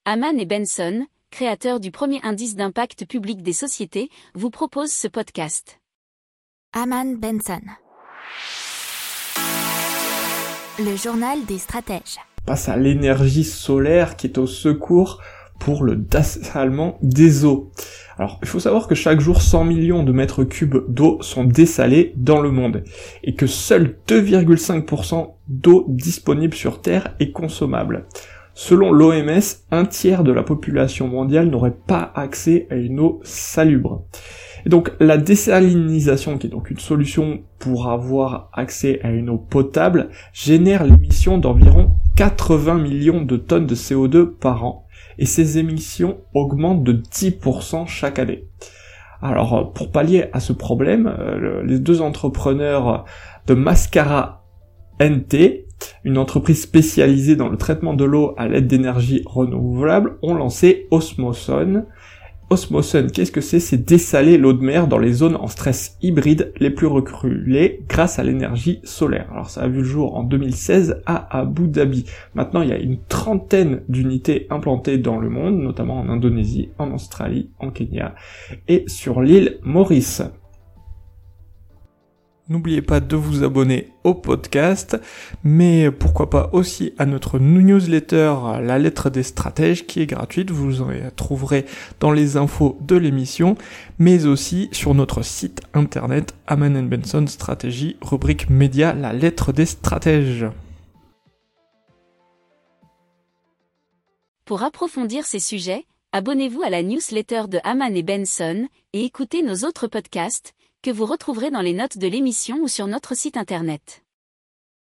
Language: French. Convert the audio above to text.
Hamann et Benson, créateurs du premier indice d'impact public des sociétés, vous proposent ce podcast. Hamann Benson. Le journal des stratèges. Passe à l'énergie solaire qui est au secours pour le dessalement des eaux. Alors, il faut savoir que chaque jour, 100 millions de mètres cubes d'eau sont dessalés dans le monde, et que seul 2,5% d'eau disponible sur Terre est consommable. Selon l'OMS, un tiers de la population mondiale n'aurait pas accès à une eau salubre. Et donc, la désalinisation, qui est donc une solution pour avoir accès à une eau potable, génère l'émission d'environ 80 millions de tonnes de CO2 par an, et ces émissions augmentent de 10% chaque année. Alors, pour pallier à ce problème, les deux entrepreneurs de Mascara NT, une entreprise spécialisée dans le traitement de l'eau à l'aide d'énergie renouvelable, ont lancé Osmoson. Osmoson, qu'est-ce que c'est ? C'est dessaler l'eau de mer dans les zones en stress hybride les plus reculées grâce à l'énergie solaire. Alors ça a vu le jour en 2016 à Abu Dhabi. Maintenant, il y a une trentaine d'unités implantées dans le monde, notamment en Indonésie, en Australie, en Kenya et sur l'île Maurice. N'oubliez pas de vous abonner au podcast, mais pourquoi pas aussi à notre newsletter La Lettre des Stratèges qui est gratuite, vous en trouverez dans les infos de l'émission, mais aussi sur notre site internet Hamann & Benson Stratégie, rubrique média La Lettre des Stratèges. Pour approfondir ces sujets, abonnez-vous à la newsletter de Hamann & Benson et écoutez nos autres podcasts, que vous retrouverez dans les notes de l'émission ou sur notre site internet.